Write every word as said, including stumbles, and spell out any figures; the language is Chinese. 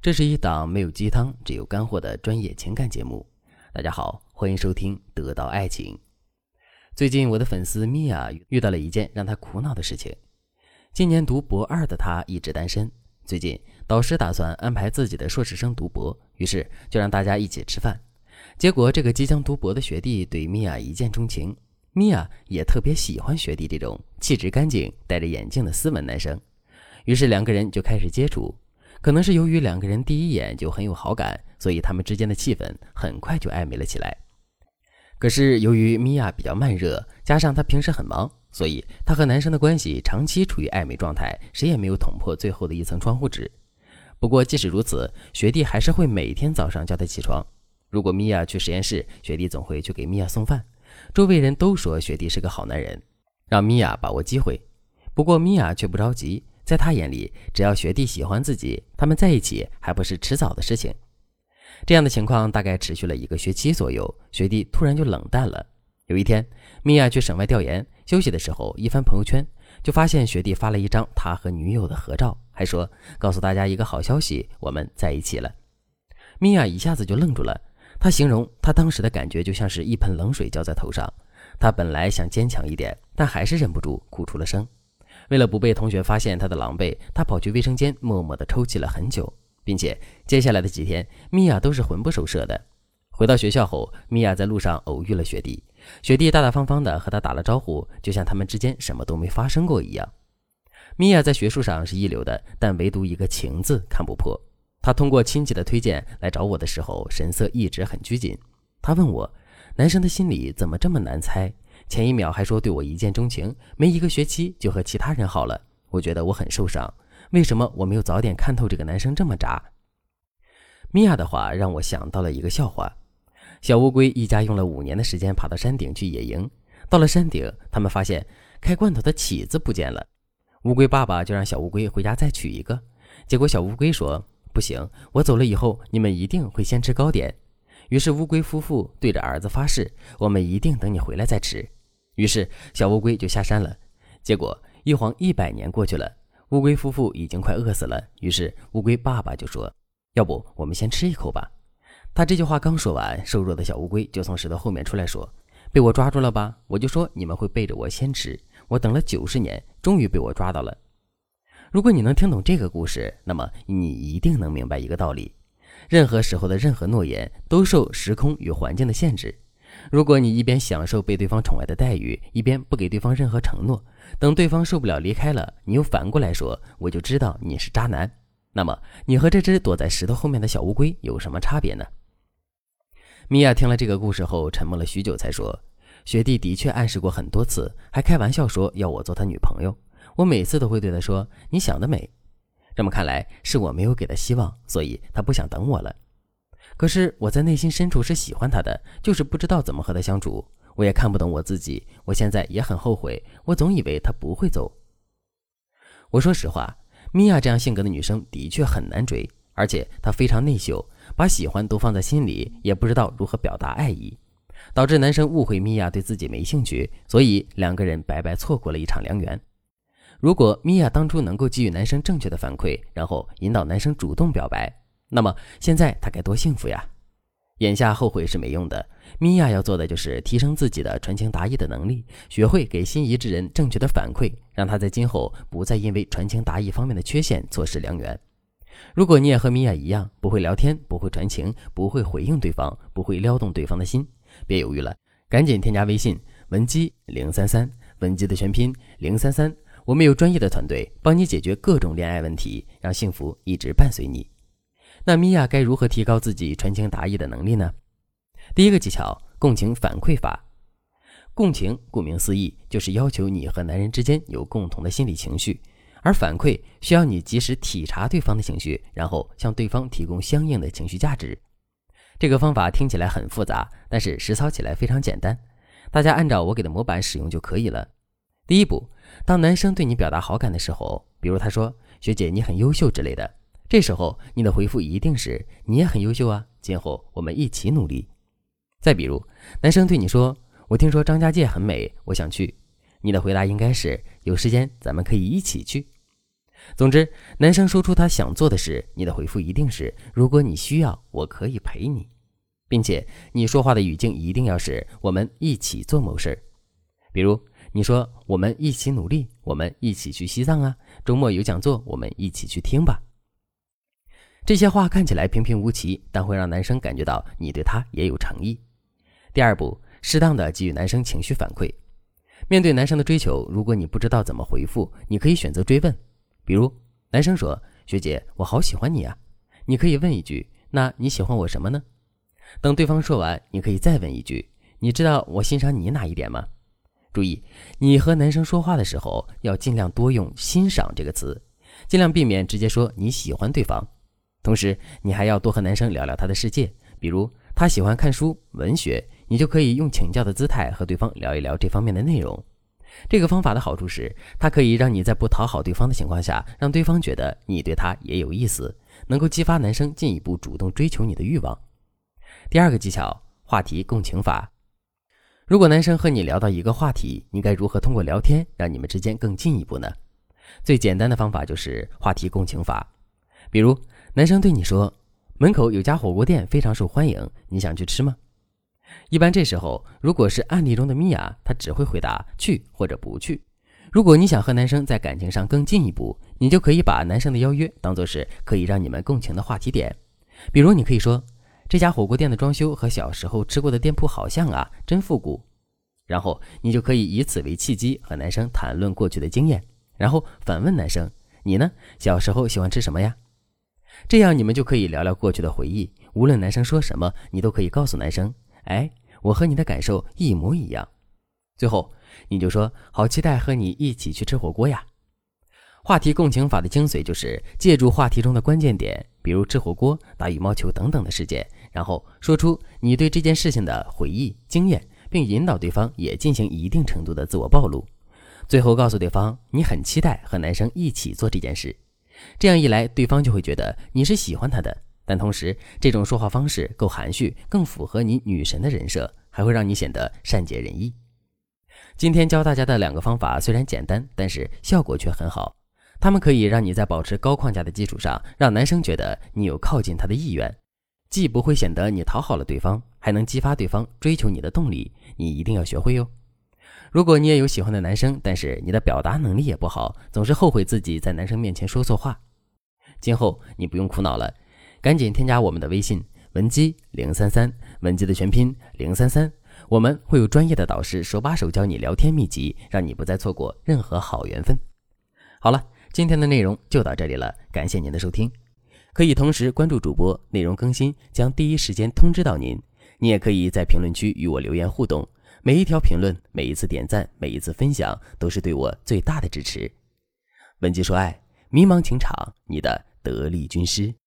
这是一档没有鸡汤只有干货的专业情感节目。大家好，欢迎收听得到爱情。最近我的粉丝米娅遇到了一件让她苦恼的事情。今年读博二的她一直单身，最近导师打算安排自己的硕士生读博，于是就让大家一起吃饭。结果这个即将读博的学弟对米娅一见钟情，米娅也特别喜欢学弟这种气质干净戴着眼镜的斯文男生，于是两个人就开始接触。可能是由于两个人第一眼就很有好感，所以他们之间的气氛很快就暧昧了起来。可是由于米娅比较慢热，加上她平时很忙，所以她和男生的关系长期处于暧昧状态，谁也没有捅破最后的一层窗户纸。不过即使如此，学弟还是会每天早上叫她起床。如果米娅去实验室，学弟总会去给米娅送饭。周围人都说学弟是个好男人，让米娅把握机会。不过米娅却不着急，在他眼里，只要学弟喜欢自己，他们在一起还不是迟早的事情。这样的情况大概持续了一个学期左右，学弟突然就冷淡了。有一天，米娅去省外调研，休息的时候一翻朋友圈，就发现学弟发了一张他和女友的合照，还说告诉大家一个好消息，我们在一起了。米娅一下子就愣住了，她形容她当时的感觉就像是一盆冷水浇在头上。她本来想坚强一点，但还是忍不住哭出了声。为了不被同学发现他的狼狈，他跑去卫生间默默地抽泣了很久，并且接下来的几天，米娅都是魂不守舍的。回到学校后，米娅在路上偶遇了学弟，学弟大大方方地和他打了招呼，就像他们之间什么都没发生过一样。米娅在学术上是一流的，但唯独一个情字看不破。她通过亲戚的推荐来找我的时候，神色一直很拘谨。她问我，男生的心理怎么这么难猜？前一秒还说对我一见钟情，没一个学期就和其他人好了，我觉得我很受伤。为什么我没有早点看透这个男生这么渣？米娅的话让我想到了一个笑话。小乌龟一家用了五年的时间爬到山顶去野营，到了山顶，他们发现开罐头的起子不见了。乌龟爸爸就让小乌龟回家再取一个，结果小乌龟说不行，我走了以后你们一定会先吃糕点。于是乌龟夫妇对着儿子发誓，我们一定等你回来再吃。于是小乌龟就下山了。结果一晃一百年过去了，乌龟夫妇已经快饿死了。于是乌龟爸爸就说，要不我们先吃一口吧。他这句话刚说完，瘦弱的小乌龟就从石头后面出来说，被我抓住了吧，我就说你们会背着我先吃，我等了九十年，终于被我抓到了。如果你能听懂这个故事，那么你一定能明白一个道理，任何时候的任何诺言都受时空与环境的限制。如果你一边享受被对方宠爱的待遇，一边不给对方任何承诺，等对方受不了离开了，你又反过来说我就知道你是渣男，那么你和这只躲在石头后面的小乌龟有什么差别呢？米娅听了这个故事后沉默了许久才说，学弟的确暗示过很多次，还开玩笑说要我做他女朋友，我每次都会对他说你想得美。这么看来是我没有给他希望，所以他不想等我了。可是我在内心深处是喜欢他的，就是不知道怎么和他相处。我也看不懂我自己，我现在也很后悔，我总以为他不会走。我说实话，米娅这样性格的女生的确很难追，而且她非常内秀，把喜欢都放在心里，也不知道如何表达爱意，导致男生误会米娅对自己没兴趣，所以两个人白白错过了一场良缘。如果米娅当初能够给予男生正确的反馈，然后引导男生主动表白，那么现在他该多幸福呀。眼下后悔是没用的，米娅要做的就是提升自己的传情达意的能力，学会给心仪之人正确的反馈，让他在今后不再因为传情达意方面的缺陷错失良缘。如果你也和米娅一样，不会聊天，不会传情，不会回应对方，不会撩动对方的心，别犹豫了，赶紧添加微信文姬零三三，文姬的全拼零三三，我们有专业的团队帮你解决各种恋爱问题，让幸福一直伴随你。那米娅该如何提高自己传情达意的能力呢？第一个技巧，共情反馈法。共情顾名思义，就是要求你和男人之间有共同的心理情绪，而反馈需要你及时体察对方的情绪，然后向对方提供相应的情绪价值。这个方法听起来很复杂，但是实操起来非常简单，大家按照我给的模板使用就可以了。第一步，当男生对你表达好感的时候，比如他说学姐你很优秀之类的，这时候你的回复一定是你也很优秀啊，今后我们一起努力。再比如男生对你说我听说张家界很美，我想去，你的回答应该是有时间咱们可以一起去。 总之，男生说出他想做的事，你的回复一定是如果你需要，我可以陪你，并且你说话的语境一定要是我们一起做某事。比如你说我们一起努力，我们一起去西藏啊，周末有讲座，我们一起去听吧。这些话看起来平平无奇，但会让男生感觉到你对他也有诚意。第二步，适当的给予男生情绪反馈。面对男生的追求，如果你不知道怎么回复，你可以选择追问。比如男生说，学姐，我好喜欢你啊，你可以问一句，那你喜欢我什么呢？等对方说完，你可以再问一句，你知道我欣赏你哪一点吗？注意，你和男生说话的时候要尽量多用欣赏这个词，尽量避免直接说你喜欢对方。同时你还要多和男生聊聊他的世界，比如他喜欢看书文学，你就可以用请教的姿态和对方聊一聊这方面的内容。这个方法的好处是，它可以让你在不讨好对方的情况下，让对方觉得你对他也有意思，能够激发男生进一步主动追求你的欲望。第二个技巧，话题共情法。如果男生和你聊到一个话题，你该如何通过聊天让你们之间更进一步呢？最简单的方法就是话题共情法。比如男生对你说，门口有家火锅店非常受欢迎，你想去吃吗？一般这时候，如果是案例中的米娅，她只会回答去或者不去。如果你想和男生在感情上更进一步，你就可以把男生的邀约当作是可以让你们共情的话题点。比如你可以说，这家火锅店的装修和小时候吃过的店铺好像啊，真复古。然后你就可以以此为契机和男生谈论过去的经验，然后反问男生，你呢？小时候喜欢吃什么呀？这样你们就可以聊聊过去的回忆，无论男生说什么，你都可以告诉男生，哎，我和你的感受一模一样。最后你就说，好期待和你一起去吃火锅呀。话题共情法的精髓就是借助话题中的关键点，比如吃火锅、打羽毛球等等的事件，然后说出你对这件事情的回忆经验，并引导对方也进行一定程度的自我暴露。最后告诉对方，你很期待和男生一起做这件事。这样一来，对方就会觉得你是喜欢他的，但同时这种说话方式够含蓄，更符合你女神的人设，还会让你显得善解人意。今天教大家的两个方法虽然简单，但是效果却很好。它们可以让你在保持高框架的基础上，让男生觉得你有靠近他的意愿，既不会显得你讨好了对方，还能激发对方追求你的动力，你一定要学会哟。如果你也有喜欢的男生，但是你的表达能力也不好，总是后悔自己在男生面前说错话，今后你不用苦恼了，赶紧添加我们的微信文姬零三三，文姬的全拼零三三，我们会有专业的导师手把手教你聊天秘籍，让你不再错过任何好缘分。好了，今天的内容就到这里了，感谢您的收听。可以同时关注主播，内容更新将第一时间通知到您。你也可以在评论区与我留言互动，每一条评论，每一次点赞，每一次分享，都是对我最大的支持。文姬说爱，迷茫情场，你的得力军师。